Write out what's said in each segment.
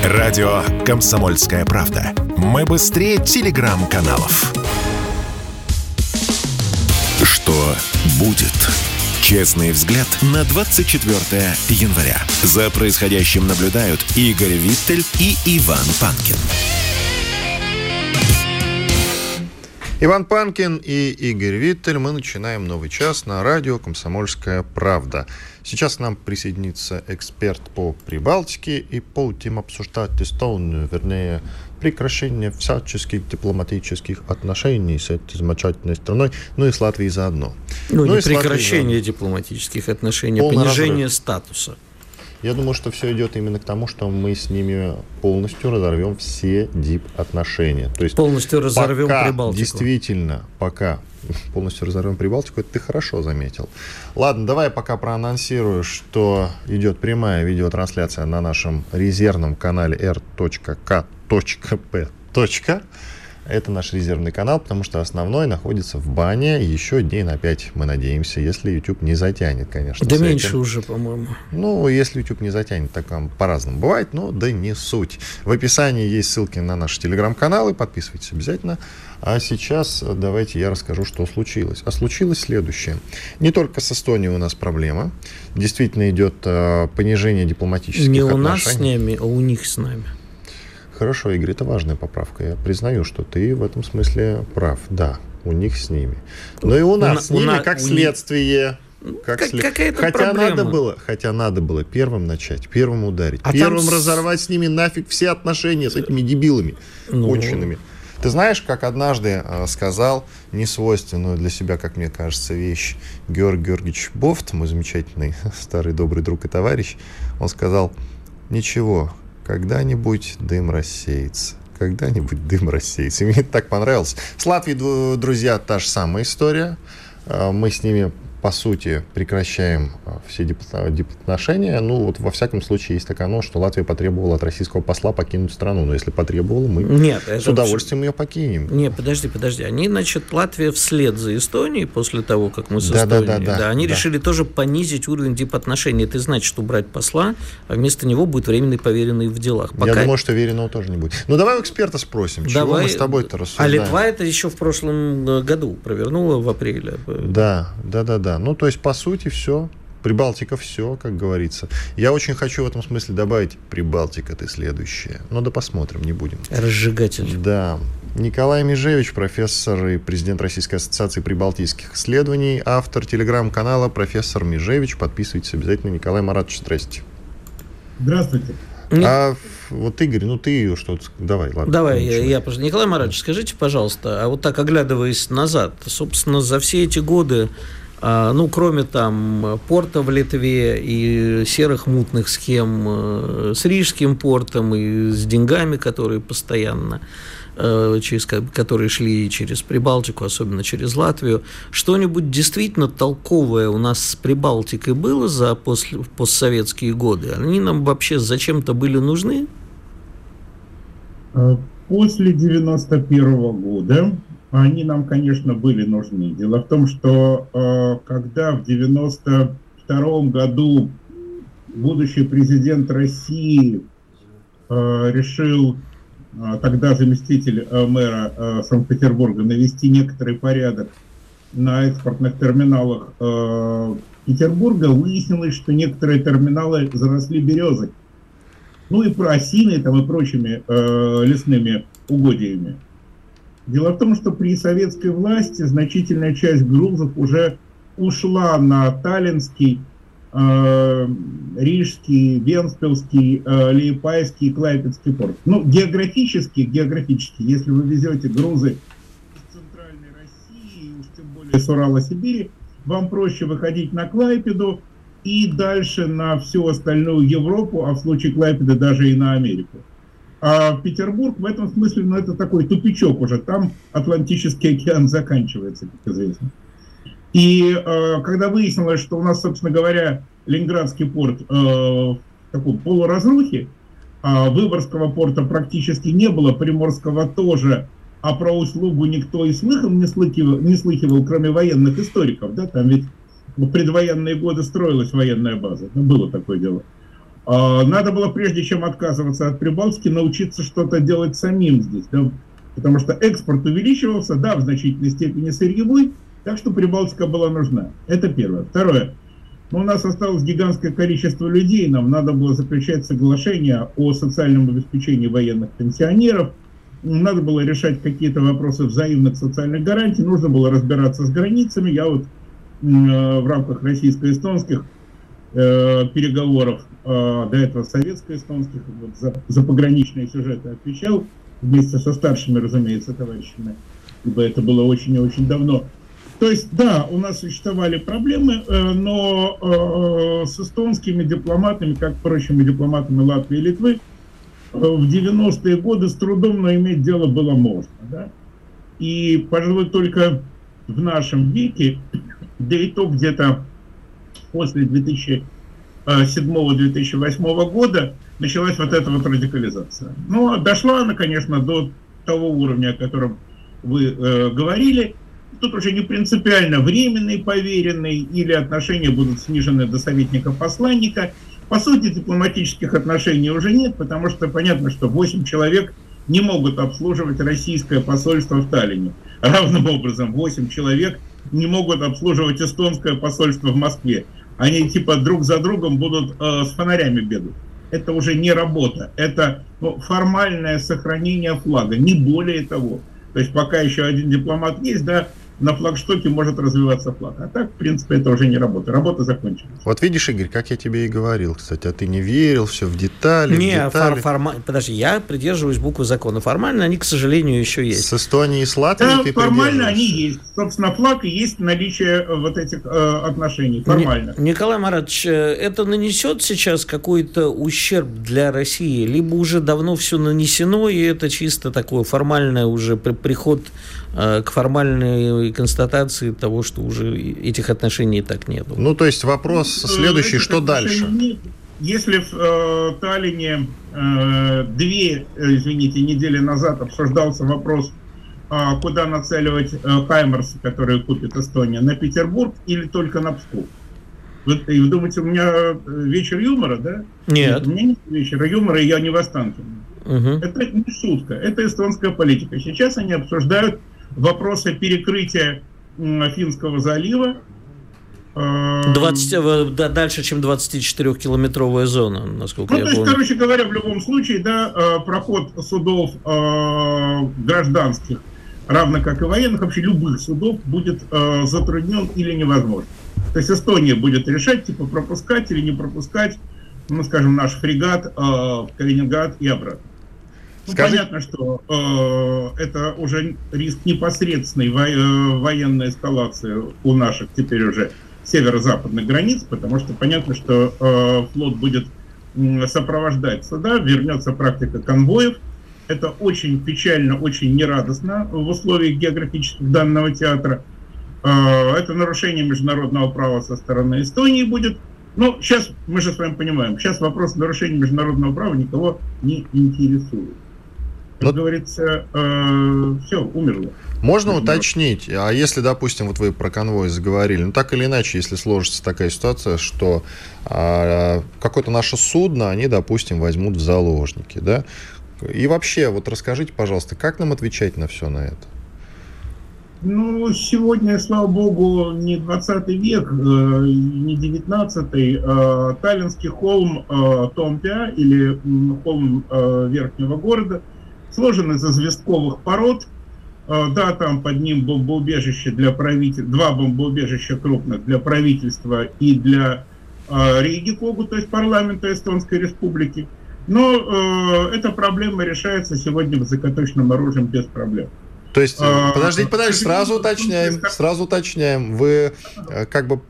Радио «Комсомольская правда». Мы быстрее телеграм-каналов. Что будет? Честный взгляд на 24 января. За происходящим наблюдают Игорь Виттель и Иван Панкин. Иван Панкин и Игорь Виттель. Мы начинаем новый час на радио «Комсомольская правда». Сейчас к нам присоединится эксперт по Прибалтике, и будем обсуждать историю, вернее, прекращение всяческих дипломатических отношений с этой замечательной страной, ну и с Латвией заодно. Не прекращение дипломатических отношений, а понижение статуса. Я думаю, что все идет именно к тому, что мы с ними полностью разорвем все дип-отношения. То есть полностью разорвем Прибалтику. Действительно, пока полностью разорвем Прибалтику, это ты хорошо заметил. Ладно, давай пока проанонсирую, что идет прямая видеотрансляция на нашем резервном канале r.k.p. Это наш резервный канал, потому что основной находится в бане еще дней на 5, мы надеемся, если YouTube не затянет, конечно. Да меньше уже, по-моему. Ну, если YouTube не затянет, так по-разному бывает, но да не суть. В описании есть ссылки на наши телеграм-каналы, подписывайтесь обязательно. А сейчас давайте я расскажу, что случилось. А случилось следующее. Не только с Эстонией у нас проблема. Действительно идет понижение дипломатических отношений. Не у нас с ними, а у них с нами. Хорошо, Игорь, это важная поправка. Я признаю, что ты в этом смысле прав. Да, у них с ними. Но и у нас с ними как следствие. Хотя надо было первым начать, первым ударить, первым разорвать с ними нафиг все отношения с этими дебилами конченными. Ты знаешь, как однажды сказал несвойственную для себя, как мне кажется, вещь Георгий Георгиевич Бофт, мой замечательный старый добрый друг и товарищ, он сказал: ничего, когда-нибудь дым рассеется. Когда-нибудь дым рассеется. И мне это так понравилось. С Латвией, друзья, та же самая история. Мы с ними, по сути, прекращаем все дипотношения. Ну, вот во всяком случае есть такое, что Латвия потребовала от российского посла покинуть страну. Но если потребовала, мы с удовольствием ее покинем. Нет, подожди. Они, Латвия вслед за Эстонией, после того, как мы с Эстонией, они решили тоже понизить уровень дипотношений. Это значит, убрать посла, а вместо него будет временный поверенный в делах. Я думаю, что веренного тоже не будет. Ну, давай у эксперта спросим, чего мы с тобой-то рассуждаем. А Литва это еще в прошлом году провернула в апреле. Да. Ну, то есть, по сути, все. Прибалтика все, как говорится. Я очень хочу в этом смысле добавить: Прибалтика ты следующая. Ну да посмотрим, не будем. Разжигатель. Да. Николай Межевич, профессор и президент Российской ассоциации прибалтийских исследований, автор телеграм-канала «Профессор Межевич». Подписывайтесь обязательно. Николай Маратович, здрасте. Здравствуйте. Вот, Игорь, ты что-то... Давай, ладно. Давай, Николай Маратович, скажите, пожалуйста, а вот так, оглядываясь назад, собственно, за все эти годы, кроме порта в Литве и серых мутных схем с Рижским портом и с деньгами, которые постоянно, которые шли через Прибалтику, особенно через Латвию, что-нибудь действительно толковое у нас с Прибалтикой было за постсоветские годы? Они нам вообще зачем-то были нужны? После 91 года они нам, конечно, были нужны. Дело в том, что когда в 92 году будущий президент России решил, тогда заместитель мэра Санкт-Петербурга, навести некоторый порядок на экспортных терминалах Петербурга, выяснилось, что некоторые терминалы заросли березой. Ну и осиной и прочими лесными угодьями. Дело в том, что при советской власти значительная часть грузов уже ушла на Таллинский, Рижский, Венспилский, Лиепайский и Клайпедский порт. Географически, если вы везете грузы из Центральной России, уж тем более с Урала, Сибири, вам проще выходить на Клайпеду и дальше на всю остальную Европу, а в случае Клайпеды даже и на Америку. А Петербург в этом смысле, это такой тупичок уже, там Атлантический океан заканчивается, как известно. И когда выяснилось, что у нас, собственно говоря, Ленинградский порт в таком полуразрухе, Выборгского порта практически не было, Приморского тоже, а про Услугу никто и слыхом не слыхивал, кроме военных историков, да, там ведь в предвоенные годы строилась военная база, было такое дело. Надо было, прежде чем отказываться от Прибалтики, научиться что-то делать самим здесь, да? Потому что экспорт увеличивался, да, в значительной степени сырьевой, так что Прибалтика была нужна. Это первое. Второе. У нас осталось гигантское количество людей, нам надо было заключать соглашение о социальном обеспечении военных пенсионеров, надо было решать какие-то вопросы взаимных социальных гарантий, нужно было разбираться с границами. Я вот в рамках российско-эстонских переговоров, до этого советско-эстонских, вот, за пограничные сюжеты отвечал, вместе со старшими, разумеется, товарищами, ибо это было очень и очень давно. То есть, да, у нас существовали проблемы, но с эстонскими дипломатами, как, впрочем, и дипломатами Латвии и Литвы, в 90-е годы с трудом, но иметь дело было можно. Да? И, пожалуй, только в нашем веке, да и то где-то после 2007-2008 года, началась вот эта вот радикализация. Ну, дошла она, конечно, до того уровня, о котором вы говорили. Тут уже не принципиально временный, поверенный, или отношения будут снижены до советника-посланника. По сути, дипломатических отношений уже нет, потому что понятно, что 8 человек не могут обслуживать российское посольство в Таллине. Равным образом 8 человек не могут обслуживать эстонское посольство в Москве. Они типа друг за другом будут с фонарями бегать. Это уже не работа, это формальное сохранение флага, не более того. То есть пока еще один дипломат есть, да, на флагштоке может развиваться флаг. А так, в принципе, это уже не работа. Работа закончена. Вот видишь, Игорь, как я тебе и говорил, кстати, а ты не верил, все в детали. Не, подожди, я придерживаюсь буквы закона. Формально они, к сожалению, еще есть. С Эстонией и с Латвией да, ты формально они есть. Собственно, флаг и есть наличие вот этих отношений. Формально. Николай Маратович, это нанесет сейчас какой-то ущерб для России? Либо уже давно все нанесено, и это чисто такое формальное уже приход к формальной констатации того, что уже этих отношений и так нету. Ну, то есть вопрос следующий, что дальше? Если в Таллине 2 недели назад обсуждался вопрос, куда нацеливать Хаймерсы, которые купит Эстония, на Петербург или только на Псков? И вы думаете, у меня вечер юмора, да? Нет. У меня нет вечера юмора, и я не в Останкино. Это не шутка, это эстонская политика. Сейчас они обсуждают вопросы перекрытия Финского залива. Дальше, чем 24-километровая зона, насколько я помню. То есть, короче говоря, в любом случае, да, проход судов гражданских, равно как и военных, вообще любых судов, будет затруднен или невозможен. То есть Эстония будет решать, типа, пропускать или не пропускать, ну, скажем, наш фрегат в Калининград и обратно. Ну, понятно, что это уже риск непосредственной военной эскалации у наших теперь уже северо-западных границ, потому что понятно, что флот будет сопровождать суда, вернется практика конвоев. Это очень печально, очень нерадостно в условиях географических данного театра. Это нарушение международного права со стороны Эстонии будет. Но сейчас, мы же с вами понимаем, сейчас вопрос нарушения международного права никого не интересует. Как говорится, все, умерло. Можно уточнить, а если, допустим, вот вы про конвой заговорили, ну так или иначе, если сложится такая ситуация, что какое-то наше судно, они, допустим, возьмут в заложники, да? И вообще, вот расскажите, пожалуйста, как нам отвечать на все на это? Ну, сегодня, слава богу, не 20 век, не 19-й. Таллинский холм Томпиа, или холм верхнего города, сложен из известковых пород. Да, там под ним бомбоубежище для правительства, 2 бомбоубежища крупных для правительства и для Риги-Когу, то есть парламента Эстонской Республики. Но эта проблема решается сегодня высокоточным оружием без проблем. То есть, подождите, сразу уточняем. Вы как бы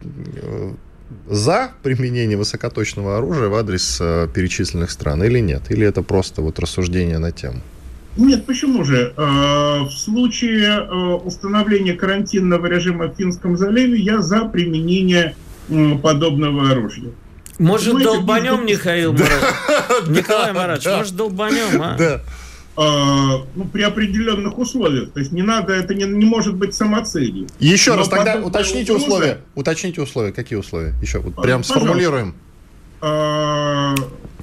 за применение высокоточного оружия в адрес перечисленных стран или нет? Или это просто вот рассуждение на тему? Нет, почему же? В случае установления карантинного режима в Финском заливе я за применение подобного оружия. Может, долбанем, Михаил Маратович? Николай Маратович, может, долбанем, а? Да. Ну, при определенных условиях. То есть не надо, это не может быть самоцелью. Еще раз, тогда уточните условия. Уточните условия. Какие условия? Еще вот прям сформулируем.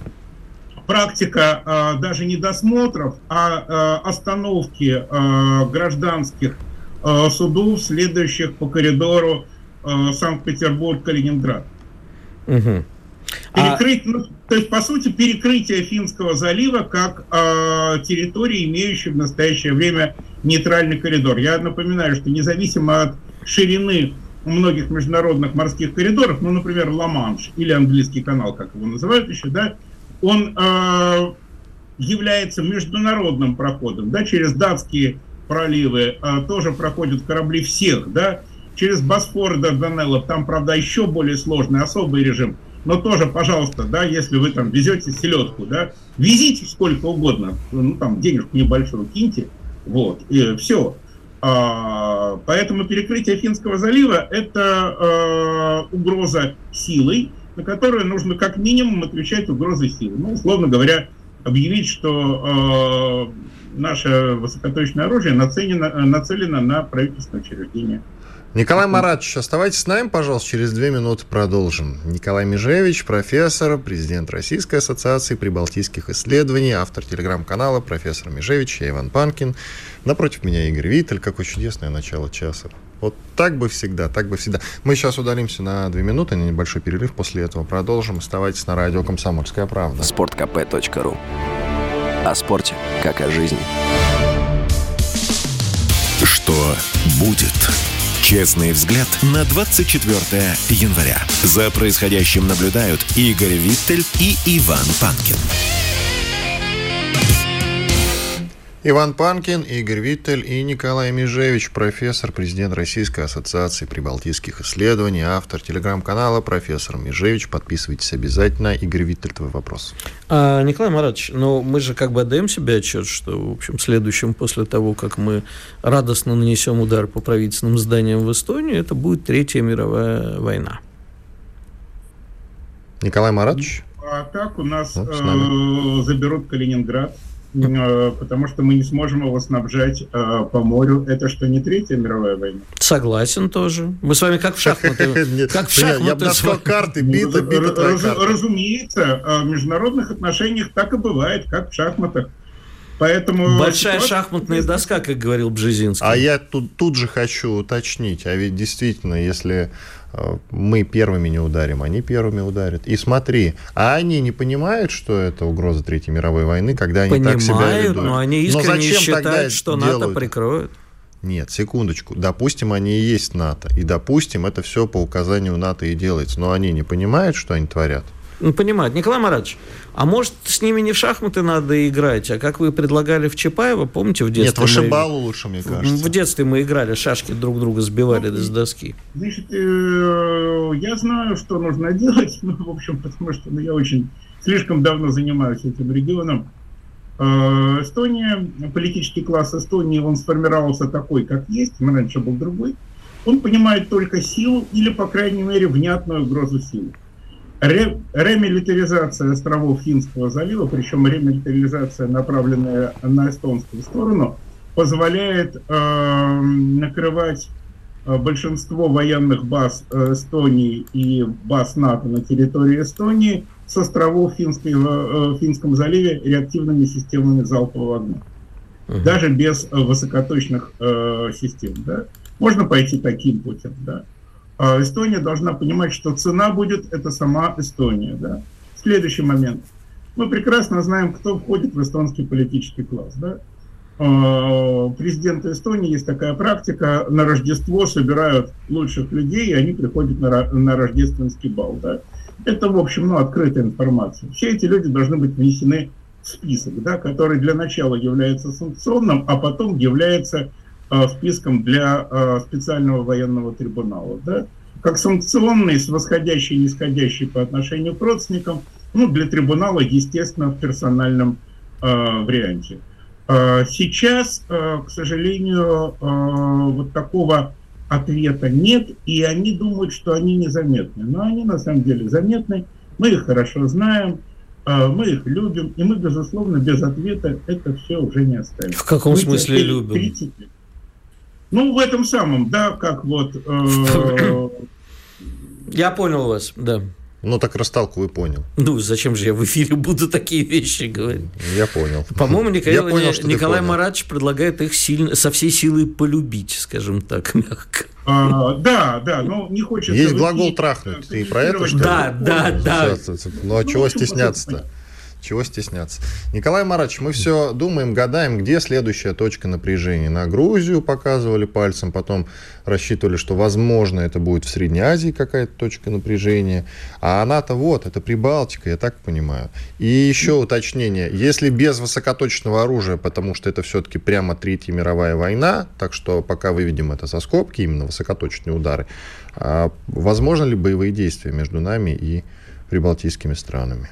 практика даже не досмотров, а остановки гражданских судов, следующих по коридору Санкт-Петербург-Калининград. Угу. То есть, по сути, перекрытие Финского залива как территории, имеющей в настоящее время нейтральный коридор. Я напоминаю, что независимо от ширины многих международных морских коридоров, ну, например, Ла-Манш или английский канал, как его называют еще, да, он является международным проходом, да, через датские проливы тоже проходят корабли всех, да, через Босфор и Дарданеллов, там, правда, еще более сложный, особый режим, но тоже, пожалуйста, да, если вы там везете селедку, да, везите сколько угодно, ну, там, денежку небольшую киньте, вот, и все. Поэтому перекрытие Финского залива – это угроза силой, на которую нужно как минимум отвечать угрозой силы. Ну, условно говоря, объявить, что наше высокоточное оружие нацелено на правительственное учреждение. Николай Маратович, оставайтесь с нами, пожалуйста, через 2 минуты продолжим. Николай Межевич, профессор, президент Российской ассоциации прибалтийских исследований, автор телеграм-канала «Профессор Межевич», я Иван Панкин. Напротив меня Игорь Виттель. Какое чудесное начало часа. Вот так бы всегда, так бы всегда. Мы сейчас ударимся на 2 минуты, на небольшой перерыв, после этого продолжим. Оставайтесь на радио «Комсомольская правда». sportkp.ru. О спорте, как о жизни. Что будет? Честный взгляд на 24 января. За происходящим наблюдают Игорь Виттель и Иван Панкин. Иван Панкин, Игорь Виттель и Николай Межевич, профессор, президент Российской ассоциации прибалтийских исследований, автор телеграм-канала «Профессор Межевич». Подписывайтесь обязательно. Игорь Виттель, твой вопрос. Николай Маратович, мы же как бы отдаем себе отчет, что, в общем, следующим после того, как мы радостно нанесем удар по правительственным зданиям в Эстонии, это будет Третья мировая война. Николай Маратович? А так у нас заберут Калининград. Потому что мы не сможем его снабжать по морю. Это что, не Третья мировая война? Согласен тоже. Мы с вами как в шахматы. Как в шахматы. Я бы назвал карты, бита твоя карта. Разумеется, в международных отношениях так и бывает, как в шахматах. Поэтому большая шахматная доска, как говорил Бжезинский. А я тут же хочу уточнить. А ведь действительно, если мы первыми не ударим, они первыми ударят. И смотри, а они не понимают, что это угроза Третьей мировой войны, когда они так себя ведут? Но они искренне считают, что НАТО прикроет. Нет, секундочку. Допустим, они и есть НАТО. И, допустим, это все по указанию НАТО и делается. Но они не понимают, что они творят? Понимают. Николай Маратович, а может, с ними не в шахматы надо играть, а как вы предлагали в Чапаева, помните, в детстве? Нет, в вышибалу лучше, мне кажется. В детстве мы играли, шашки друг друга сбивали с доски. Значит, я знаю, что нужно делать, в общем, потому что я очень слишком давно занимаюсь этим регионом. Эстония, политический класс Эстонии, он сформировался такой, как есть, он раньше был другой. Он понимает только силу или, по крайней мере, внятную угрозу силы. Ремилитаризация островов Финского залива, причем ремилитаризация, направленная на эстонскую сторону, позволяет накрывать большинство военных баз Эстонии и баз НАТО на территории Эстонии с островов в Финском заливе реактивными системами залпового огня. Даже без высокоточных систем. Да? Можно пойти таким путем. Да? Эстония должна понимать, что цена будет это сама Эстония. Да? Следующий момент. Мы прекрасно знаем, кто входит в эстонский политический класс. Да? Президенты Эстонии, есть такая практика, на Рождество собирают лучших людей, и они приходят на рождественский бал. Да? Это, в общем, открытая информация. Все эти люди должны быть внесены в список, да, который для начала является санкционным, а потом является списком для специального военного трибунала. Да? Как санкционный, с восходящей и нисходящей по отношению к родственникам, для трибунала, естественно, в персональном варианте. Сейчас, к сожалению, вот такого ответа нет, и они думают, что они незаметны. Но они на самом деле заметны, мы их хорошо знаем, мы их любим, и мы, безусловно, без ответа это все уже не оставим. В каком смысле любим? 30 лет. В этом самом, да, как вот... Я понял вас, да. Ну, так растолкуй, понял. Ну, зачем же я в эфире буду такие вещи говорить? Я понял. По-моему, Николай Маратович предлагает их со всей силой полюбить, скажем так, мягко. Да, но не хочется... Есть глагол «трахнуть». Ты про это, что ли? Да. Ну, а чего стесняться-то? Чего стесняться? Николай Маратович, мы все думаем, гадаем, где следующая точка напряжения. На Грузию показывали пальцем, потом рассчитывали, что, возможно, это будет в Средней Азии какая-то точка напряжения. А она-то вот, это Прибалтика, я так понимаю. И еще уточнение. Если без высокоточного оружия, потому что это все-таки прямо Третья мировая война, так что пока выведем это за скобки, именно высокоточные удары, возможно ли боевые действия между нами и прибалтийскими странами?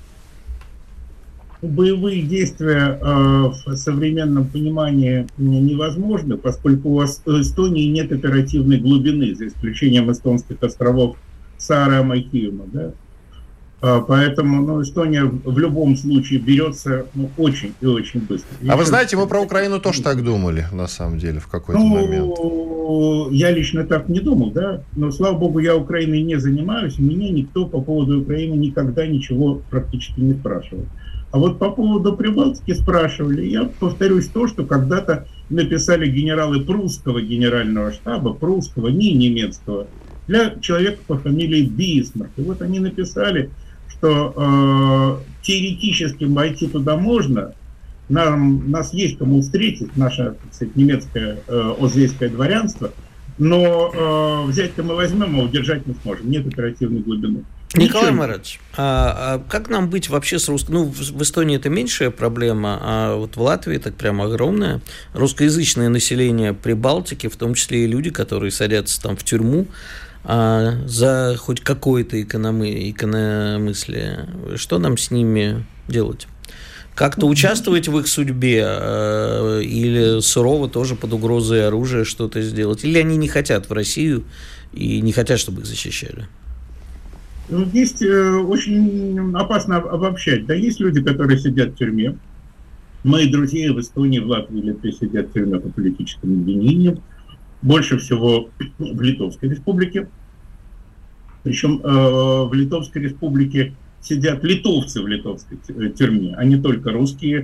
Боевые действия в современном понимании невозможны, поскольку у Эстонии нет оперативной глубины, за исключением эстонских островов Сааремаа и Hiiumaa. Да? Поэтому Эстония в любом случае берется очень и очень быстро. А вы знаете, мы про Украину тоже так думали, на самом деле, в какой-то момент. Я лично так не думал, да, но, слава богу, я Украиной не занимаюсь, меня никто по поводу Украины никогда ничего практически не спрашивал. А вот по поводу Прибалтики спрашивали, я повторюсь то, что когда-то написали генералы прусского генерального штаба, прусского, не немецкого, для человека по фамилии Бисмарк. И вот они написали, что теоретически войти туда можно, нас есть кому встретить, наше, так сказать, немецкое озейское дворянство, но взять-то мы возьмем, а удержать не сможем, нет оперативной глубины. Николай Маратович, а как нам быть вообще с русским? Ну, в Эстонии это меньшая проблема, а вот в Латвии так прямо огромная. Русскоязычное население Прибалтики, в том числе и люди, которые садятся там в тюрьму за хоть какое-то инакомыслие. Что нам с ними делать? Как-то участвовать в их судьбе или сурово тоже под угрозой оружия что-то сделать? Или они не хотят в Россию и не хотят, чтобы их защищали? Здесь очень опасно обобщать. Да, есть люди, которые сидят в тюрьме. Мои друзья в Эстонии, в Латвии и Литве сидят в тюрьме по политическим обвинениям. Больше всего в Литовской республике. Причем в Литовской республике сидят литовцы в литовской тюрьме, а не только русские.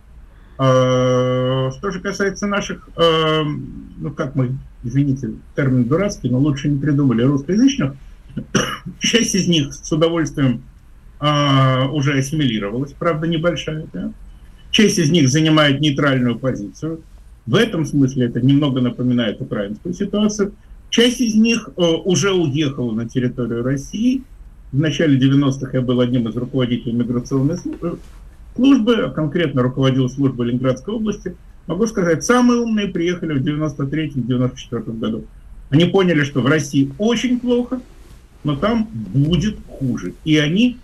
Что же касается наших, извините, термин дурацкий, но лучше не придумали, русскоязычных, часть из них с удовольствием уже ассимилировалась, правда небольшая, да? Часть из них занимает нейтральную позицию. В этом смысле это немного напоминает украинскую ситуацию. Часть из них уже уехала на территорию России. В начале 90-х я был одним из руководителей миграционной службы, конкретно руководил службой Ленинградской области. Могу сказать, самые умные приехали в 93-94 году. Они поняли, что в России очень плохо, но там будет хуже. И они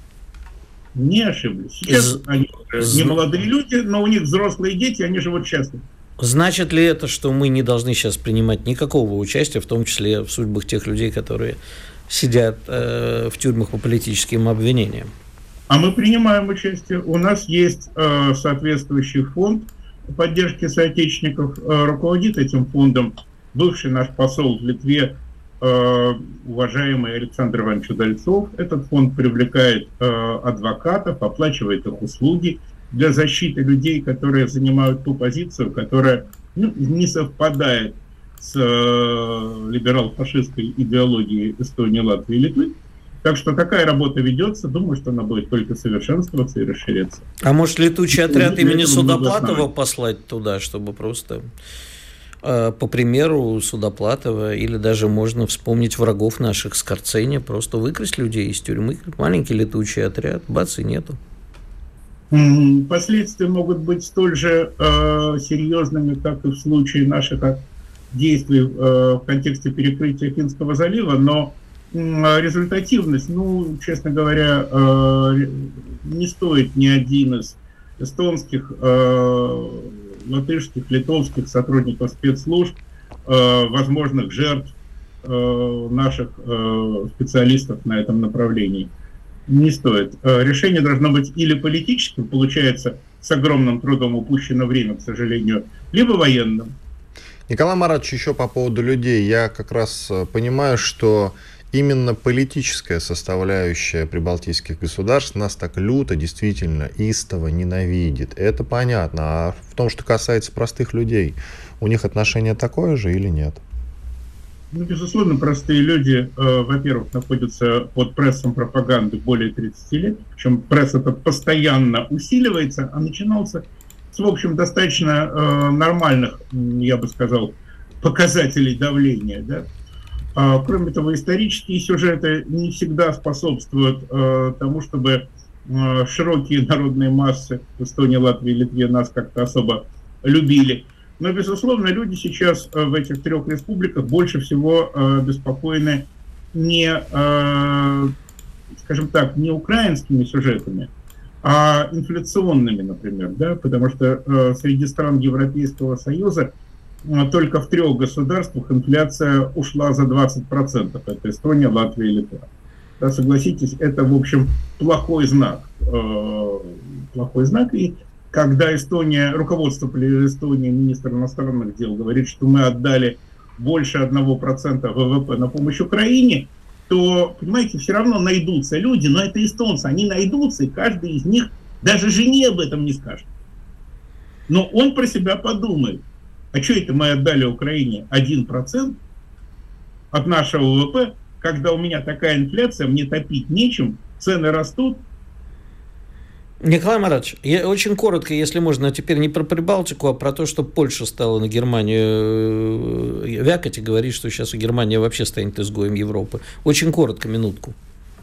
не ошиблись. Сейчас они не молодые люди, но у них взрослые дети, они живут счастливо. Значит ли это, что мы не должны сейчас принимать никакого участия, в том числе в судьбах тех людей, которые сидят в тюрьмах по политическим обвинениям? А мы принимаем участие. У нас есть соответствующий фонд поддержки соотечественников. Руководит этим фондом бывший наш посол в Литве, уважаемый Александр Иванович Удальцов. Этот фонд привлекает адвокатов, оплачивает их услуги для защиты людей, которые занимают ту позицию, которая не совпадает с либерал-фашистской идеологией Эстонии, Латвии и Литвы. Так что такая работа ведется. Думаю, что она будет только совершенствоваться и расширяться. А может, летучий отряд имени Судоплатова послать туда, чтобы просто... по примеру Судоплатова, или даже можно вспомнить врагов наших Скорцени, просто выкрасть людей из тюрьмы, маленький летучий отряд, бац, и нету. Последствия могут быть столь же серьезными, как и в случае наших действий в контексте перекрытия Финского залива, но результативность, честно говоря, не стоит ни один из эстонских, латышских, литовских сотрудников спецслужб, возможных жертв наших специалистов на этом направлении. Не стоит. Решение должно быть или политическим, получается, с огромным трудом упущено время, к сожалению, либо военным. Николай Маратович, еще по поводу людей. Я как раз понимаю, что именно политическая составляющая прибалтийских государств нас так люто, действительно, истово ненавидит. Это понятно. А в том, что касается простых людей, у них отношение такое же или нет? Ну, безусловно, простые люди, во-первых, находятся под прессом пропаганды более 30 лет, причем пресс этот постоянно усиливается, а начинался с, в общем, достаточно нормальных, я бы сказал, показателей давления, да. Кроме того, исторические сюжеты не всегда способствуют тому, чтобы широкие народные массы в Эстонии, Латвии, Литве нас как-то особо любили. Но, безусловно, люди сейчас в этих 3 республиках больше всего беспокоены не, скажем так, не украинскими сюжетами, а инфляционными, например, да, потому что среди стран Европейского Союза только в 3 государствах инфляция ушла за 20%. Это Эстония, Латвия и Литва. Да, согласитесь, это, в общем, плохой знак. Плохой знак. И когда Эстония, руководство Эстонии, министр иностранных дел говорит, что мы отдали больше 1% ВВП на помощь Украине, то, понимаете, все равно найдутся люди, но это эстонцы, они найдутся, и каждый из них даже жене об этом не скажет. Но он про себя подумает. А что это мы отдали Украине 1% от нашего ВВП, когда у меня такая инфляция, мне топить нечем, цены растут? Николай Маратович, я очень коротко, если можно, теперь не про Прибалтику, а про то, что Польша стала на Германию вякать и говорит, что сейчас Германия вообще станет изгоем Европы. Очень коротко, минутку.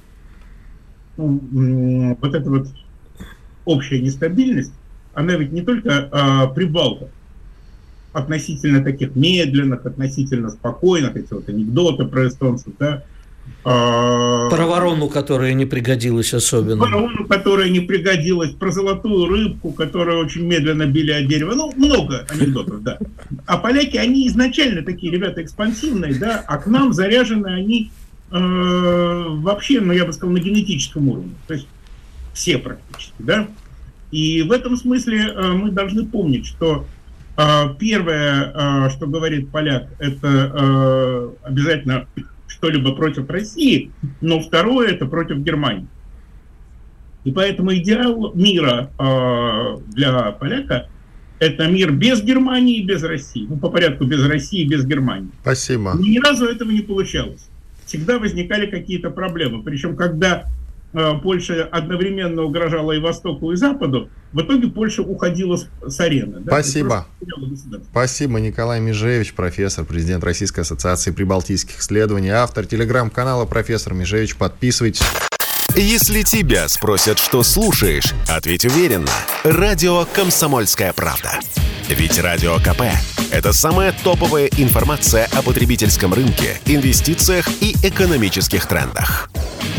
Ну, вот эта вот общая нестабильность, она ведь не только прибалтов, относительно таких медленных, относительно спокойных, эти вот анекдоты про эстонцев, да. Про ворону, которая не пригодилась особенно. Про ворону, которая не пригодилась, про золотую рыбку, которую очень медленно били о дерево. Ну, много анекдотов, да. А поляки, они изначально такие ребята экспансивные, да, а к нам заряжены они вообще, ну, я бы сказал, на генетическом уровне. То есть все практически, да. И в этом смысле мы должны помнить, что первое, что говорит поляк, это обязательно что-либо против России, но второе, это против Германии. И поэтому идеал мира для поляка – это мир без Германии и без России. Ну, по порядку, без России и без Германии. Спасибо. Но ни разу этого не получалось. Всегда возникали какие-то проблемы. Причем, когда Польша одновременно угрожала и Востоку, и Западу, в итоге Польша уходила с арены. Да? Спасибо. Спасибо, Николай Межевич, профессор, президент Российской ассоциации прибалтийских исследований, автор телеграм-канала «Профессор Межевич». Подписывайтесь. Если тебя спросят, что слушаешь, ответь уверенно. Радио «Комсомольская правда». Ведь Радио КП – это самая топовая информация о потребительском рынке, инвестициях и экономических трендах.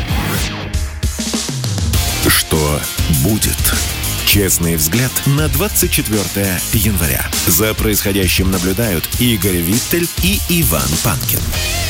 Что будет? Честный взгляд на 24 января. За происходящим наблюдают Игорь Виттель и Иван Панкин.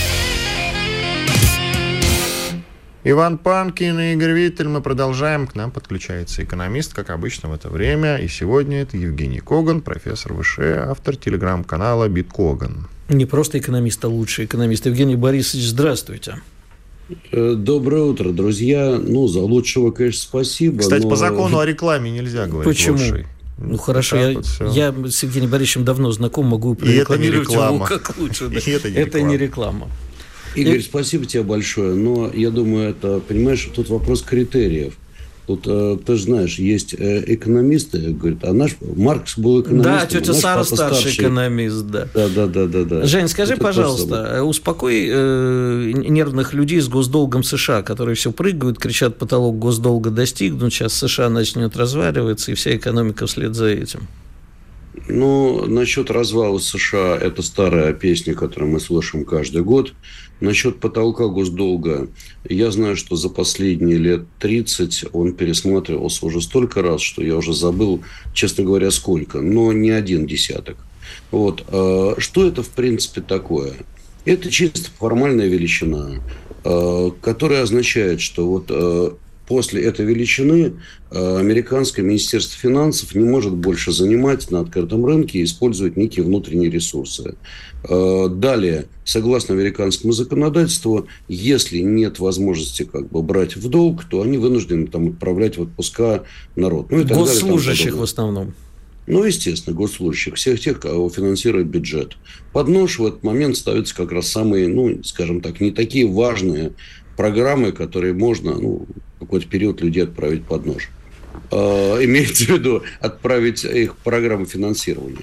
Иван Панкин и Игорь Виттель. Мы продолжаем. К нам подключается экономист, как обычно в это время. И сегодня это Евгений Коган, профессор ВШ, автор телеграм-канала «Биткоган». Не просто экономист, а лучший экономист. Евгений Борисович, здравствуйте. Доброе утро, друзья. Ну, за лучшего, конечно, спасибо. Кстати, по закону о рекламе нельзя говорить. Почему? Лучший. Ну, хорошо, я с Евгением Борисовичем давно знаком, могу прорекламировать его как лучше. Да. Это не реклама. Игорь, спасибо тебе большое. Но я думаю, это, понимаешь, тут вопрос критериев. Тут, ты же знаешь, есть экономисты, говорят, а наш Маркс был экономистом. Да, тетя Сара старший экономист, да. Да. Жень, скажи, пожалуйста, успокой нервных людей с госдолгом США, которые все прыгают, кричат, потолок госдолга достигнут, сейчас США начнет разваливаться, и вся экономика вслед за этим. Ну, насчет развала США, это старая песня, которую мы слышим каждый год. Насчет потолка госдолга, я знаю, что за последние лет 30 он пересматривался уже столько раз, что я уже забыл, честно говоря, сколько, но не один десяток. Вот. Что это, в принципе, такое? Это чисто формальная величина, которая означает, что вот после этой величины американское Министерство финансов не может больше занимать на открытом рынке и использовать некие внутренние ресурсы. Далее, согласно американскому законодательству, если нет возможности брать в долг, то они вынуждены отправлять в отпуска народ. Госслужащих в основном. Естественно, госслужащих, всех тех, кого финансирует бюджет. Под нож в этот момент ставятся как раз самые, скажем так, не такие важные программы, которые можно, в какой-то период людей отправить под нож. Имеется в виду отправить их в программу финансирования.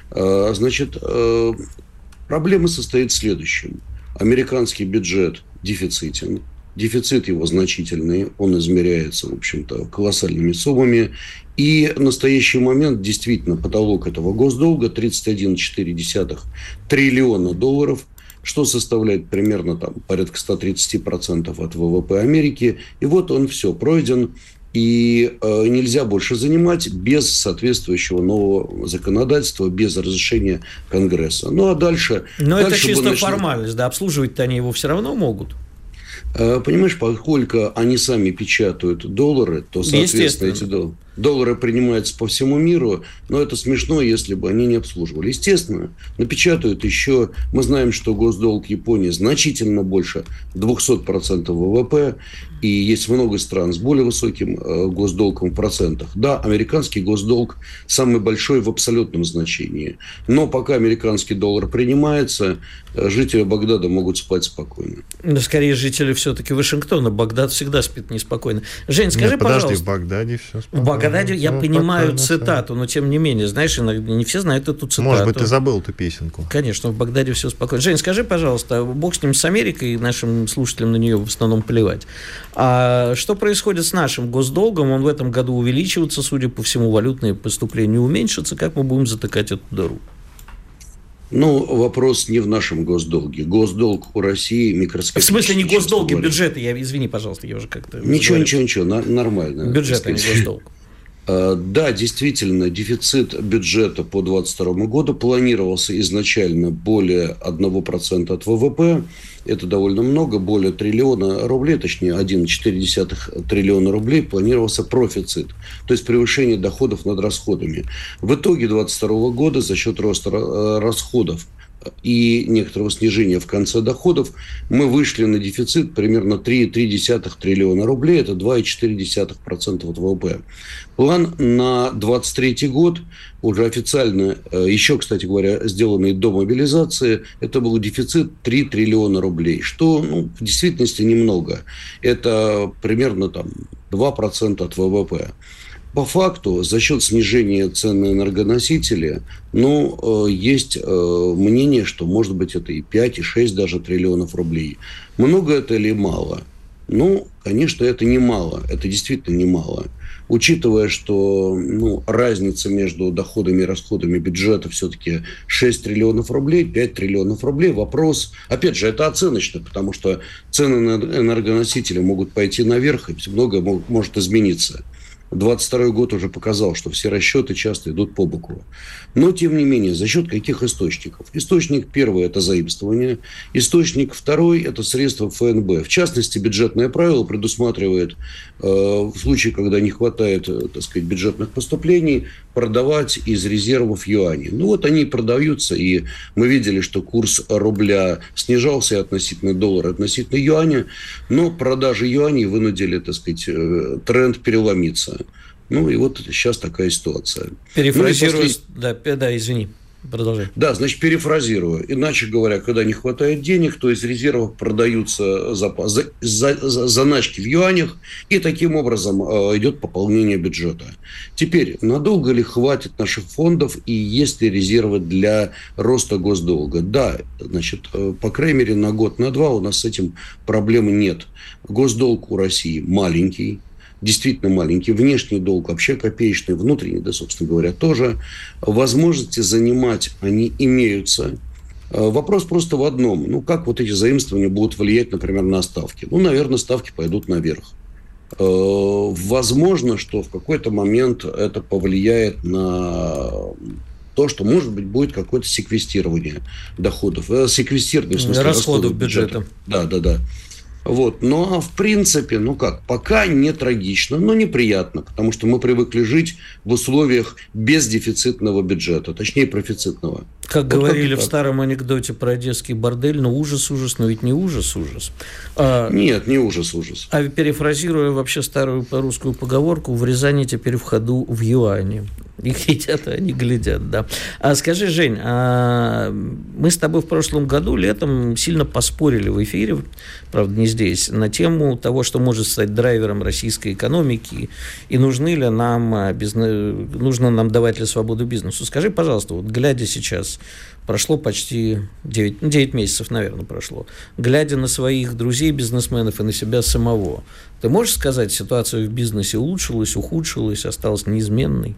Проблема состоит в следующем. Американский бюджет дефицитен. Дефицит его значительный, он измеряется, в общем-то, колоссальными суммами. И в настоящий момент действительно потолок этого госдолга 31,4 триллиона долларов, что составляет примерно порядка 130% от ВВП Америки. И вот он все пройден, и нельзя больше занимать без соответствующего нового законодательства, без разрешения Конгресса. А дальше... Но это чисто формальность, да, обслуживать-то они его все равно могут. Понимаешь, поскольку они сами печатают доллары, то, соответственно, эти доллары принимаются по всему миру, но это смешно, если бы они не обслуживали. Естественно, напечатают еще... Мы знаем, что госдолг Японии значительно больше 200% ВВП, и есть много стран с более высоким госдолгом в процентах. Да, американский госдолг самый большой в абсолютном значении, но пока американский доллар принимается, жители Багдада могут спать спокойно. Но скорее жители все-таки Вашингтона. Багдад всегда спит неспокойно. Жень, скажи, пожалуйста... Подожди, в Багдаде все спокойно. В Багдаде я понимаю цитату, но тем не менее, знаешь, иногда не все знают эту цитату. Может быть, ты забыл эту песенку. Конечно, в Багдаде все спокойно. Жень, скажи, пожалуйста, бог с ним, с Америкой, нашим слушателям на нее в основном плевать. А что происходит с нашим госдолгом? Он в этом году увеличивается, судя по всему, валютные поступления уменьшатся. Как мы будем затыкать эту дыру? Вопрос не в нашем госдолге. Госдолг у России микроскопический. В смысле, не госдолги, бюджеты. Извини, пожалуйста, я уже как-то... Ничего, нормально. Бюджет, а не госдолг. Да, действительно, дефицит бюджета по 2022 году планировался изначально более 1% от ВВП. Это довольно много, более триллиона рублей, точнее 1,4 триллиона рублей планировался профицит, то есть превышение доходов над расходами. В итоге 2022 года за счет роста расходов и некоторого снижения в конце доходов мы вышли на дефицит примерно 3,3 триллиона рублей, это 2,4% от ВВП. План на 2023 год уже официально, еще, кстати говоря, сделанный до мобилизации, это был дефицит 3 триллиона рублей, что в действительности немного. Это примерно 2% от ВВП. По факту, за счет снижения цен на энергоносители, есть мнение, что, может быть, это и 5, и 6 даже триллионов рублей. Много это или мало? Конечно, это немало. Это действительно немало. Учитывая, что разница между доходами и расходами бюджета все-таки 6 триллионов рублей, 5 триллионов рублей, вопрос, опять же, это оценочно, потому что цены на энергоносители могут пойти наверх, и многое может измениться. 2022 год уже показал, что все расчеты часто идут по боку. Но, тем не менее, за счет каких источников? Источник первый – это заимствование. Источник второй – это средства ФНБ. В частности, бюджетное правило предусматривает в случае, когда не хватает, бюджетных поступлений, продавать из резервов юани. Они продаются, и мы видели, что курс рубля снижался относительно доллара, относительно юаня, но продажи юаней вынудили, тренд переломиться. И вот сейчас такая ситуация. Перефразируя... Да, извини. Продолжай. Да, перефразирую. Иначе говоря, когда не хватает денег, то из резервов продаются заначки в юанях, и таким образом идет пополнение бюджета. Теперь, надолго ли хватит наших фондов и есть ли резервы для роста госдолга? Да, по крайней мере, на год, на два у нас с этим проблемы нет. Госдолг у России маленький. Действительно маленький. Внешний долг вообще копеечный, внутренний, собственно говоря, тоже. Возможности занимать они имеются. Вопрос просто в одном. Как эти заимствования будут влиять, например, на ставки? Наверное, ставки пойдут наверх. Возможно, что в какой-то момент это повлияет на то, что, может быть, будет какое-то секвестирование доходов. Секвестирование, в смысле, расходов бюджета. Да. Вот. Ну, а в принципе, пока не трагично, но неприятно, потому что мы привыкли жить в условиях бездефицитного бюджета, точнее, профицитного. Как говорили в старом анекдоте про одесский бордель, ужас, но ведь не ужас. Нет, не ужас. А перефразируя вообще старую русскую поговорку, в Рязани теперь в ходу в юане. Их едят, а они глядят, да. А скажи, Жень, мы с тобой в прошлом году летом сильно поспорили в эфире, правда, не здесь, на тему того, что может стать драйвером российской экономики, и нужно нам давать ли свободу бизнесу. Скажи, пожалуйста, вот глядя сейчас, прошло почти 9 месяцев, наверное, прошло, глядя на своих друзей-бизнесменов и на себя самого, ты можешь сказать, ситуация в бизнесе улучшилась, ухудшилась, осталась неизменной?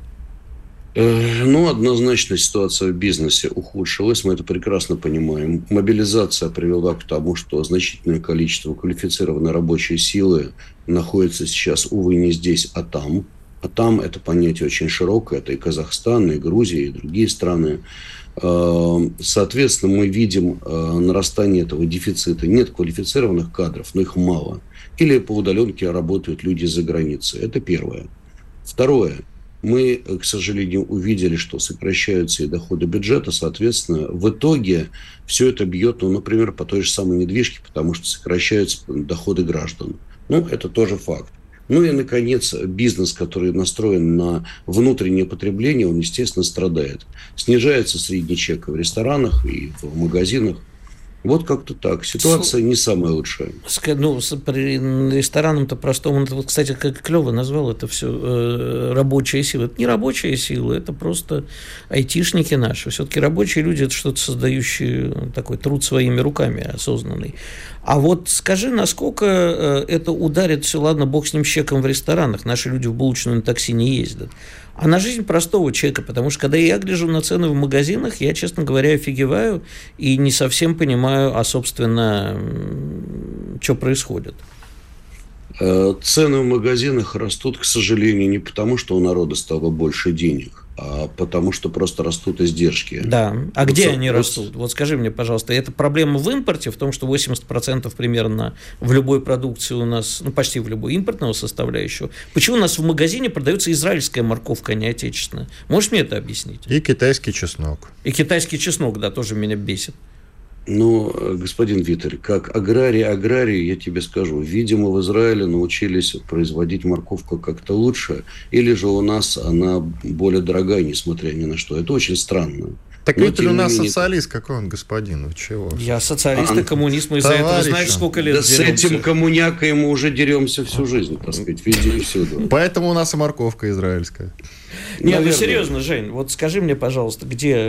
Однозначно ситуация в бизнесе ухудшилась, мы это прекрасно понимаем. Мобилизация привела к тому, что значительное количество квалифицированной рабочей силы находится сейчас, увы, не здесь, а там. А там это понятие очень широкое, это и Казахстан, и Грузия, и другие страны. Соответственно, мы видим нарастание этого дефицита. Нет квалифицированных кадров, но их мало. Или по удаленке работают люди за границей. Это первое. Второе. Мы, к сожалению, увидели, что сокращаются и доходы бюджета, соответственно, в итоге все это бьет, например, по той же самой недвижке, потому что сокращаются доходы граждан. Это тоже факт. И, наконец, бизнес, который настроен на внутреннее потребление, он, естественно, страдает. Снижается средний чек в ресторанах и в магазинах. Вот как-то так. Ситуация не самая лучшая. Ресторанам-то простому, кстати, как клево назвал это все рабочая сила. Это не рабочая сила, это просто айтишники наши. Все-таки рабочие люди – это что-то создающие такой труд своими руками осознанный. А вот скажи, насколько это ударит, все, ладно, бог с ним, с чеком в ресторанах. Наши люди в булочную на такси не ездят. А на жизнь простого человека, потому что, когда я гляжу на цены в магазинах, я, честно говоря, офигеваю и не совсем понимаю, собственно, что происходит. Цены в магазинах растут, к сожалению, не потому, что у народа стало больше денег, а потому что просто растут издержки. Да. А где они растут? Вот скажи мне, пожалуйста, это проблема в импорте, в том, что 80% примерно в любой продукции у нас, почти в любой импортного составляющего. Почему у нас в магазине продается израильская морковка, а не отечественная? Можешь мне это объяснить? И китайский чеснок. И китайский чеснок, да, тоже меня бесит. Господин Виталь, как аграрий, я тебе скажу, видимо, в Израиле научились производить морковку как-то лучше, или же у нас она более дорогая, несмотря ни на что. Это очень странно. Так Виталь у нас социалист, какой он господин, чего? Я социалист и коммунист, мы из-за этого знаешь, сколько лет деремся. С этим коммунякой мы уже деремся всю жизнь, так сказать, везде и всюду. Поэтому у нас и морковка израильская. Нет, серьезно, Жень, вот скажи мне, пожалуйста,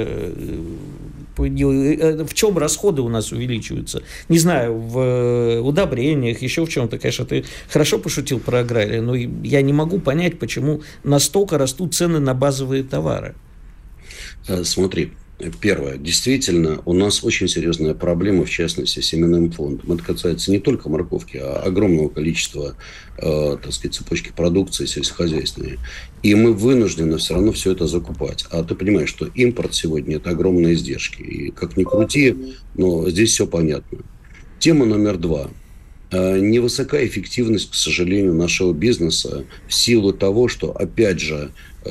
в чем расходы у нас увеличиваются? Не знаю, в удобрениях, еще в чем-то. Конечно, ты хорошо пошутил про агрария, но я не могу понять, почему настолько растут цены на базовые товары. Смотри, первое. Действительно, у нас очень серьезная проблема, в частности, с семенным фондом. Это касается не только морковки, а огромного количества, цепочки продукции сельскохозяйственной. И мы вынуждены все равно все это закупать. А ты понимаешь, что импорт сегодня – это огромные издержки. И как ни крути, но здесь все понятно. Тема номер 2. Невысокая эффективность, к сожалению, нашего бизнеса в силу того, что, опять же,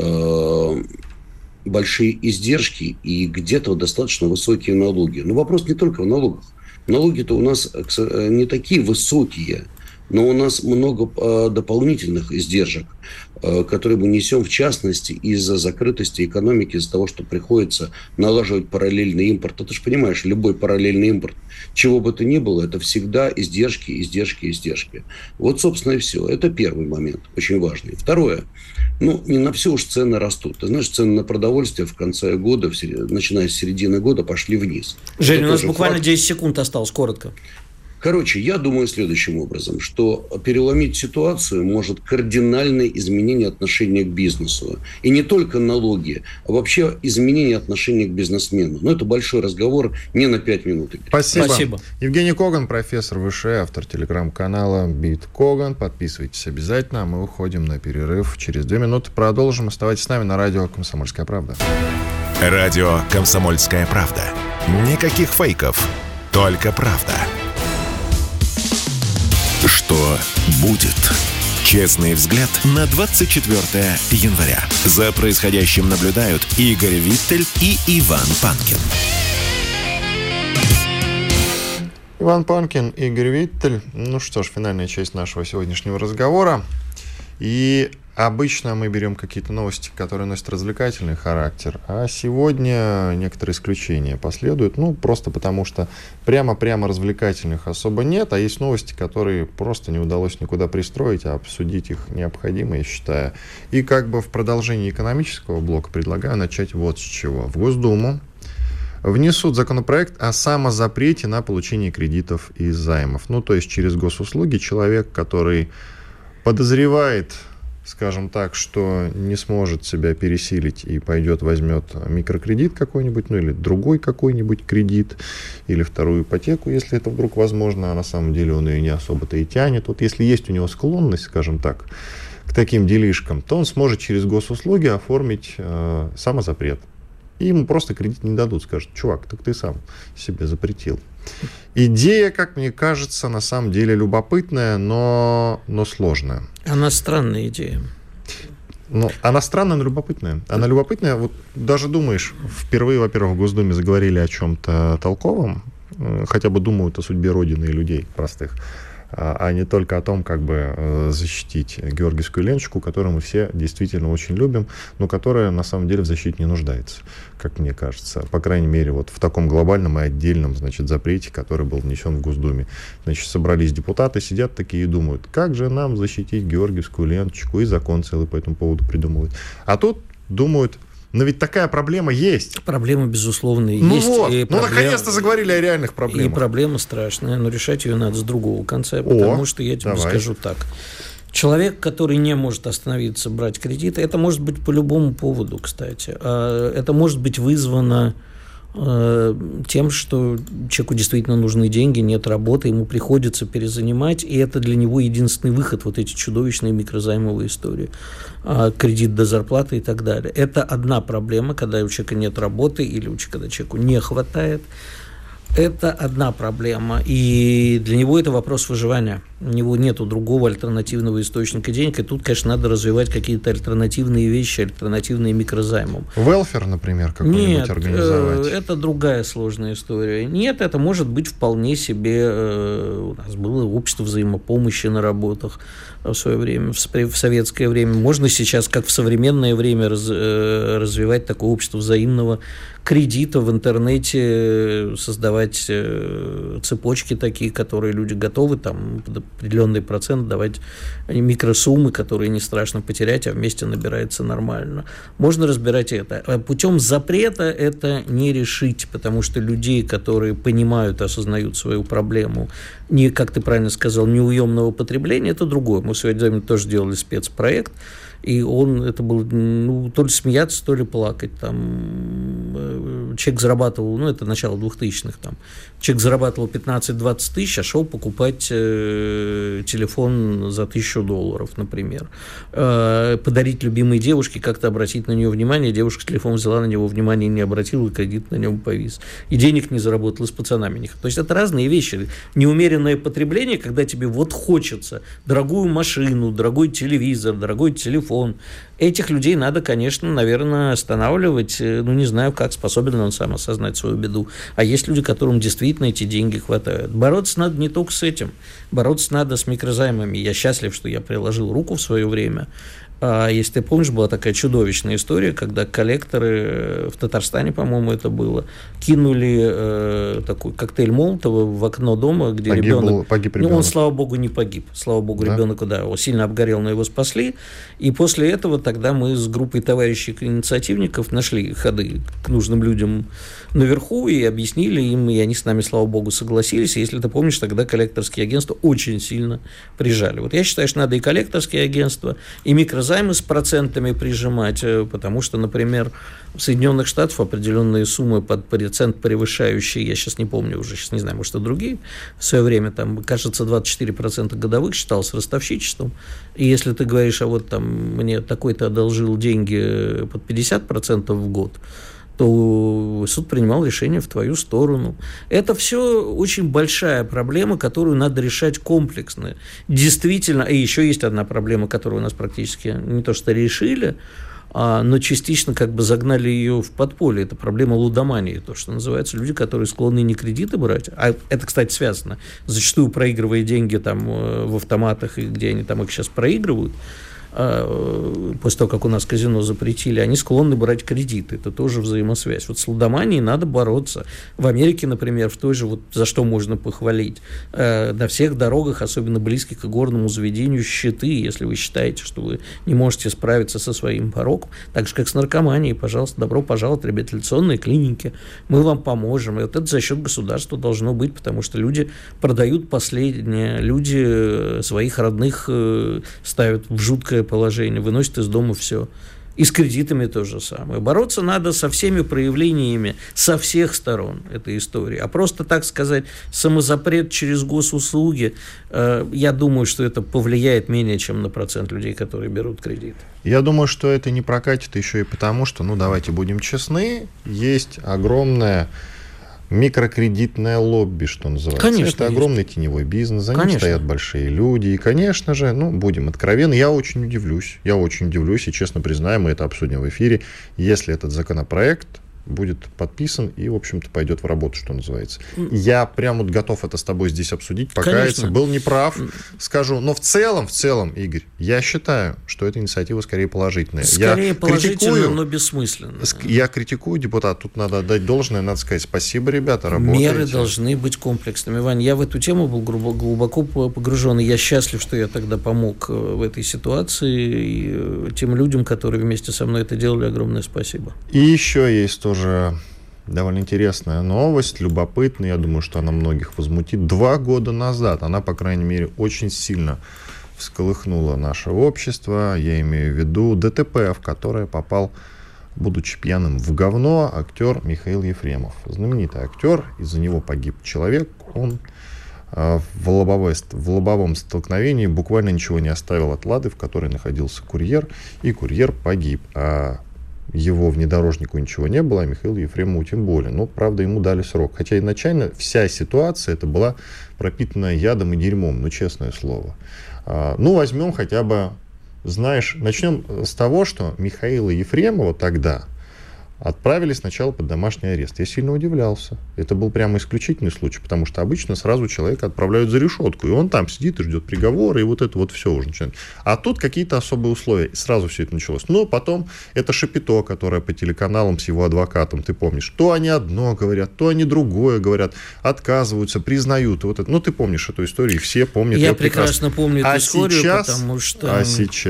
большие издержки и где-то достаточно высокие налоги. Но вопрос не только в налогах. Налоги-то у нас не такие высокие, но у нас много дополнительных издержек, которые мы несем, в частности, из-за закрытости экономики, из-за того, что приходится налаживать параллельный импорт. Ты же понимаешь, любой параллельный импорт, чего бы то ни было, это всегда издержки. Вот, собственно, и все. Это первый момент, очень важный. Второе. Не на все уж цены растут. Ты знаешь, цены на продовольствие в конце года, начиная с середины года, пошли вниз. Жень, у нас буквально 10 секунд осталось, коротко. Короче, я думаю следующим образом, что переломить ситуацию может кардинальное изменение отношения к бизнесу. И не только налоги, а вообще изменение отношения к бизнесмену. Но это большой разговор, не на 5 минут. Спасибо. Евгений Коган, профессор ВШЭ, автор телеграм-канала «Биткоган». Подписывайтесь обязательно, а мы уходим на перерыв. Через 2 минуты продолжим. Оставайтесь с нами на радио «Комсомольская правда». Радио «Комсомольская правда». Никаких фейков, только правда. что будет. Честный взгляд на 24 января. За происходящим наблюдают Игорь Виттель и Иван Панкин. Иван Панкин, Игорь Виттель. Ну что ж, финальная часть нашего сегодняшнего разговора. И обычно мы берем какие-то новости, которые носят развлекательный характер, а сегодня некоторые исключения последуют, просто потому что прямо развлекательных особо нет, а есть новости, которые просто не удалось никуда пристроить, а обсудить их необходимо, я считаю. И в продолжении экономического блока предлагаю начать вот с чего. В Госдуму внесут законопроект о самозапрете на получение кредитов и займов. То есть через госуслуги человек, который подозревает, скажем так, что не сможет себя пересилить и пойдет, возьмет микрокредит какой-нибудь, или другой какой-нибудь кредит, или вторую ипотеку, если это вдруг возможно, а на самом деле он ее не особо-то и тянет. Вот если есть у него склонность, скажем так, к таким делишкам, то он сможет через госуслуги оформить самозапрет. И ему просто кредит не дадут, скажут: чувак, так ты сам себе запретил. Идея, как мне кажется, на самом деле любопытная, но сложная. Она странная идея. Она странная, но любопытная. Она любопытная, вот даже думаешь, впервые, во-первых, в Госдуме заговорили о чем-то толковом, хотя бы думают о судьбе Родины и людей простых, а не только о том, как бы защитить георгиевскую ленточку, которую мы все действительно очень любим, но которая на самом деле в защите не нуждается, как мне кажется. По крайней мере, вот в таком глобальном и отдельном, запрете, который был внесен в Госдуме. Собрались депутаты, сидят такие и думают, как же нам защитить георгиевскую ленточку, и закон целый по этому поводу придумывают. А тут думают: но ведь такая проблема есть. Проблема, безусловно, есть. Наконец-то заговорили о реальных проблемах. И проблема страшная, но решать ее надо с другого конца, потому что я тебе скажу так. Человек, который не может остановиться брать кредиты, это может быть по любому поводу, кстати. Это может быть вызвано тем, что человеку действительно нужны деньги, нет работы, ему приходится перезанимать, и это для него единственный выход, вот эти чудовищные микрозаймовые истории, кредит до зарплаты и так далее. Это одна проблема, когда у человека нет работы или когда человеку не хватает. Это одна проблема, и для него это вопрос выживания. У него нет другого альтернативного источника денег, и тут, конечно, надо развивать какие-то альтернативные вещи, альтернативные микрозаймам. Велфер, например, какой-нибудь организовать? Нет, это другая сложная история. Нет, это может быть вполне себе... У нас было общество взаимопомощи на работах в свое время, в советское время. Можно сейчас, как в современное время, развивать такое общество взаимного кредита в интернете, создавать цепочки такие, которые люди готовы под определенный процент давать микросуммы, которые не страшно потерять, а вместе набирается нормально. Можно разбирать это. Путем запрета это не решить, потому что людей, которые понимают, осознают свою проблему, не, как ты правильно сказал, неуемного потребления, это другое. Мы в свое время тоже делали спецпроект, и это было то ли смеяться, то ли плакать. Человек зарабатывал, это начало 2000-х, человек зарабатывал 15-20 тысяч, а шел покупать телефон за $1000, например. Подарить любимой девушке, как-то обратить на нее внимание, девушка телефон взяла, на него внимание не обратила, и кредит на нем повис. И денег не заработала, с пацанами не. То есть это разные вещи. Неумеренное потребление, когда тебе хочется дорогую машину, дорогой телевизор, дорогой телефон. Этих людей надо, конечно, наверное, останавливать. Не знаю, как способен он сам осознать свою беду. А есть люди, которым действительно эти деньги хватают. Бороться надо не только с этим. Бороться надо с микрозаймами. Я счастлив, что я приложил руку в свое время. Если ты помнишь, была такая чудовищная история, когда коллекторы в Татарстане, по-моему, это было, кинули такой коктейль Молотова в окно дома, где погиб ребенок. Он, слава богу, не погиб. Слава богу, ребенок, он сильно обгорел, но его спасли. И после этого тогда мы с группой товарищей-инициативников нашли ходы к нужным людям наверху и объяснили им, и они с нами, слава богу, согласились. И если ты помнишь, тогда коллекторские агентства очень сильно прижали. Вот я считаю, что надо и коллекторские агентства, и микрозаймы с процентами прижимать, потому что, например, в Соединенных Штатах определенные суммы под процент превышающие, я сейчас не помню уже, сейчас не знаю, может, и другие, в свое время, кажется, 24% годовых считалось ростовщичеством, и если ты говоришь, мне такой-то одолжил деньги под 50% в год, то суд принимал решение в твою сторону. Это все очень большая проблема, которую надо решать комплексно. Действительно, и еще есть одна проблема, которую у нас практически не то что решили, но частично как бы загнали ее в подполье. Это проблема лудомании, то, что называется. Люди, которые склонны не кредиты брать, а это, кстати, связано, зачастую проигрывая деньги там в автоматах, и где они там их сейчас проигрывают, после того, как у нас казино запретили, они склонны брать кредиты. Это тоже взаимосвязь. Вот с лудоманией надо бороться. В Америке, например, в той же, вот за что можно похвалить, на всех дорогах, особенно близких к горному заведению, щиты, если вы считаете, что вы не можете справиться со своим пороком. Так же, как с наркоманией, пожалуйста, добро пожаловать в реабилитационные клиники. Мы вам поможем. И вот это за счет государства должно быть, потому что люди продают последнее, люди своих родных ставят в жуткое положение, выносят из дома все. И с кредитами то же самое. Бороться надо со всеми проявлениями, со всех сторон этой истории. А просто, так сказать, самозапрет через госуслуги, я думаю, что это повлияет менее чем на процент людей, которые берут кредит. Я думаю, что это не прокатит еще и потому, что, давайте будем честны, есть огромное микрокредитное лобби, что называется. Конечно, это огромный теневой бизнес, за ним стоят большие люди. И, конечно же, будем откровенны, я очень удивлюсь, и честно признаю, мы это обсудим в эфире, если этот законопроект будет подписан и, в общем-то, пойдет в работу, что называется. Я прям вот готов это с тобой здесь обсудить, покаяться. Конечно. Был неправ, скажу. Но в целом, Игорь, я считаю, что эта инициатива скорее положительная. Скорее положительная, но бессмысленная. Я критикую депутата. Тут надо отдать должное, надо сказать спасибо, ребята, работаете. Меры должны быть комплексными. Вань, я в эту тему был глубоко погружен, и я счастлив, что я тогда помог в этой ситуации. И тем людям, которые вместе со мной это делали, огромное спасибо. И еще есть тоже довольно интересная новость, любопытная, я думаю, что она многих возмутит. 2 года назад она, по крайней мере, очень сильно всколыхнула наше общество, я имею в виду ДТП, в которое попал, будучи пьяным в говно, актер Михаил Ефремов. Знаменитый актер, из-за него погиб человек, он в лобовом столкновении буквально ничего не оставил от «Лады», в которой находился курьер, и курьер погиб. Его внедорожнику ничего не было, а Михаилу Ефремову тем более. Но, правда, ему дали срок. Хотя изначально вся ситуация это была пропитана ядом и дерьмом, честное слово. Возьмем хотя бы, начнем с того, что Михаила Ефремова тогда отправили сначала под домашний арест. Я сильно удивлялся. Это был прямо исключительный случай, потому что обычно сразу человека отправляют за решетку, и он там сидит и ждет приговора, и вот это вот все уже начинает. А тут какие-то особые условия, и сразу все это началось. Но потом это Шапито, которое по телеканалам с его адвокатом, ты помнишь, то они одно говорят, то они другое говорят, отказываются, признают. Вот это. Ты помнишь эту историю, и все помнят. Я прекрасно помню эту историю, потому что...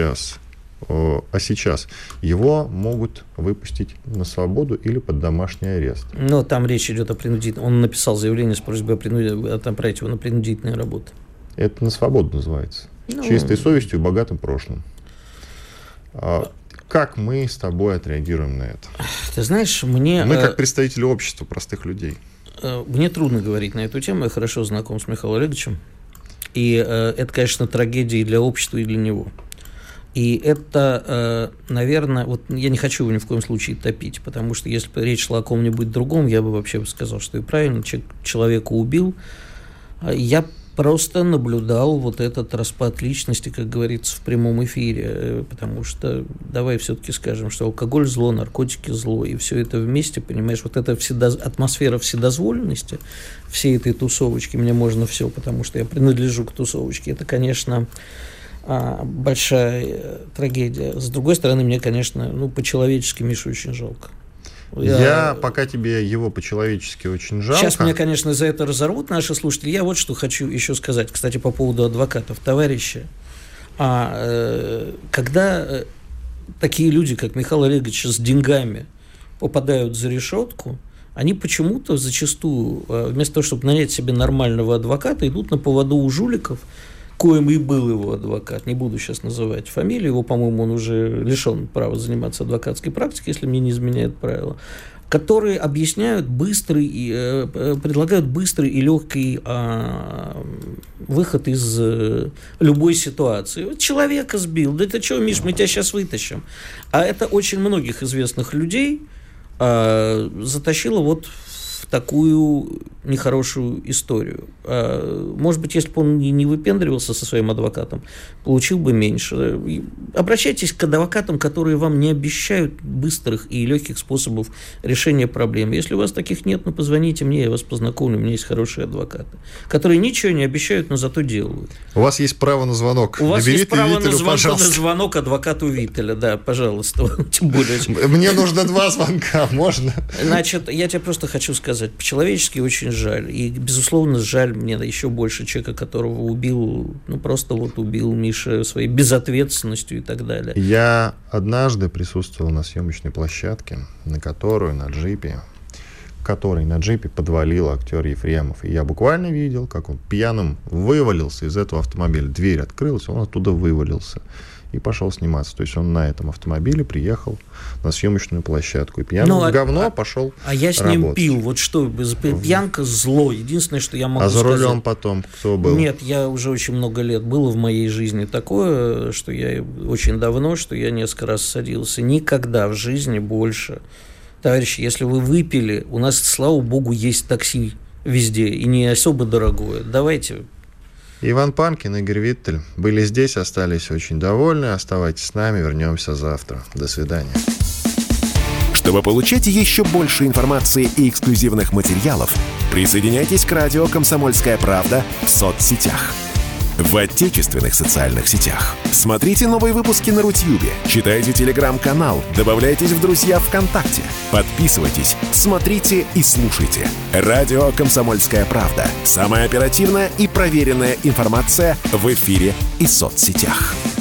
А сейчас его могут выпустить на свободу или под домашний арест. Там речь идет о принудительном. Он написал заявление с просьбой отправить его на принудительные работы. Это на свободу называется. Чистой совестью и богатым прошлым. Как мы с тобой отреагируем на это? Ты знаешь, мы как представители общества простых людей. Мне трудно говорить на эту тему. Я хорошо знаком с Михаилом Олеговичем. И это, конечно, трагедия и для общества, и для него. И это, наверное, я не хочу его ни в коем случае топить, потому что если бы речь шла о ком-нибудь другом, я бы вообще сказал, что и правильно, человека убил. Я просто наблюдал вот этот распад личности, как говорится, в прямом эфире, потому что давай все-таки скажем, что алкоголь зло, наркотики зло, и все это вместе, понимаешь, вот эта атмосфера вседозволенности всей этой тусовочки, мне можно все, потому что я принадлежу к тусовочке, это, конечно... большая трагедия. С другой стороны, мне, конечно, по-человечески Мишу очень жалко. Я пока тебе его по-человечески очень жалко. Сейчас меня, конечно, за это разорвут наши слушатели. Я вот что хочу еще сказать, кстати, по поводу адвокатов. Товарищи, когда такие люди, как Михаил Олегович, с деньгами попадают за решетку, они почему-то зачастую, вместо того, чтобы нанять себе нормального адвоката, идут на поводу у жуликов, коим и был его адвокат, не буду сейчас называть фамилию, его, по-моему, он уже лишен права заниматься адвокатской практикой, если мне не изменяет правило, которые объясняют предлагают быстрый и легкий выход из любой ситуации. Человека сбил, да ты что, Миш, мы тебя сейчас вытащим. А это очень многих известных людей затащила вот в такую нехорошую историю. Может быть, если бы он не выпендривался со своим адвокатом, получил бы меньше. Обращайтесь к адвокатам, которые вам не обещают быстрых и легких способов решения проблем. Если у вас таких нет, позвоните мне, я вас познакомлю. У меня есть хорошие адвокаты, которые ничего не обещают, но зато делают. У вас есть право на звонок. У вас есть право Виттелю, на звонок адвокату Виттеля, да, пожалуйста. Тем более. Мне нужно 2 звонка, можно? Значит, я тебе просто хочу сказать, по-человечески очень жаль. И, безусловно, жаль мне еще больше человека, которого убил, просто вот убил Миша своей безответственностью и так далее. Я однажды присутствовал на съемочной площадке, на которой на джипе подвалил актер Ефремов. И я буквально видел, как он пьяным вывалился из этого автомобиля. Дверь открылась, он оттуда вывалился и пошел сниматься. То есть он на этом автомобиле приехал на съемочную площадку. И пьяным в говно пошел А я с ним пил. Вот что, пьянка зло. Единственное, что я могу сказать. А за рулем потом кто был? Нет, я уже очень много лет. Было в моей жизни такое, что я очень давно, что я несколько раз садился. Никогда в жизни больше. Товарищи, если вы выпили, у нас, слава богу, есть такси везде. И не особо дорогое. Давайте... Иван Панкин, Игорь Виттель были здесь, остались очень довольны. Оставайтесь с нами, вернемся завтра. До свидания. Чтобы получать еще больше информации и эксклюзивных материалов, присоединяйтесь к радио «Комсомольская правда» в соцсетях. В отечественных социальных сетях. Смотрите новые выпуски на Рутьюбе, читайте телеграм-канал, добавляйтесь в друзья ВКонтакте, подписывайтесь, смотрите и слушайте. Радио «Комсомольская правда». Самая оперативная и проверенная информация в эфире и соцсетях.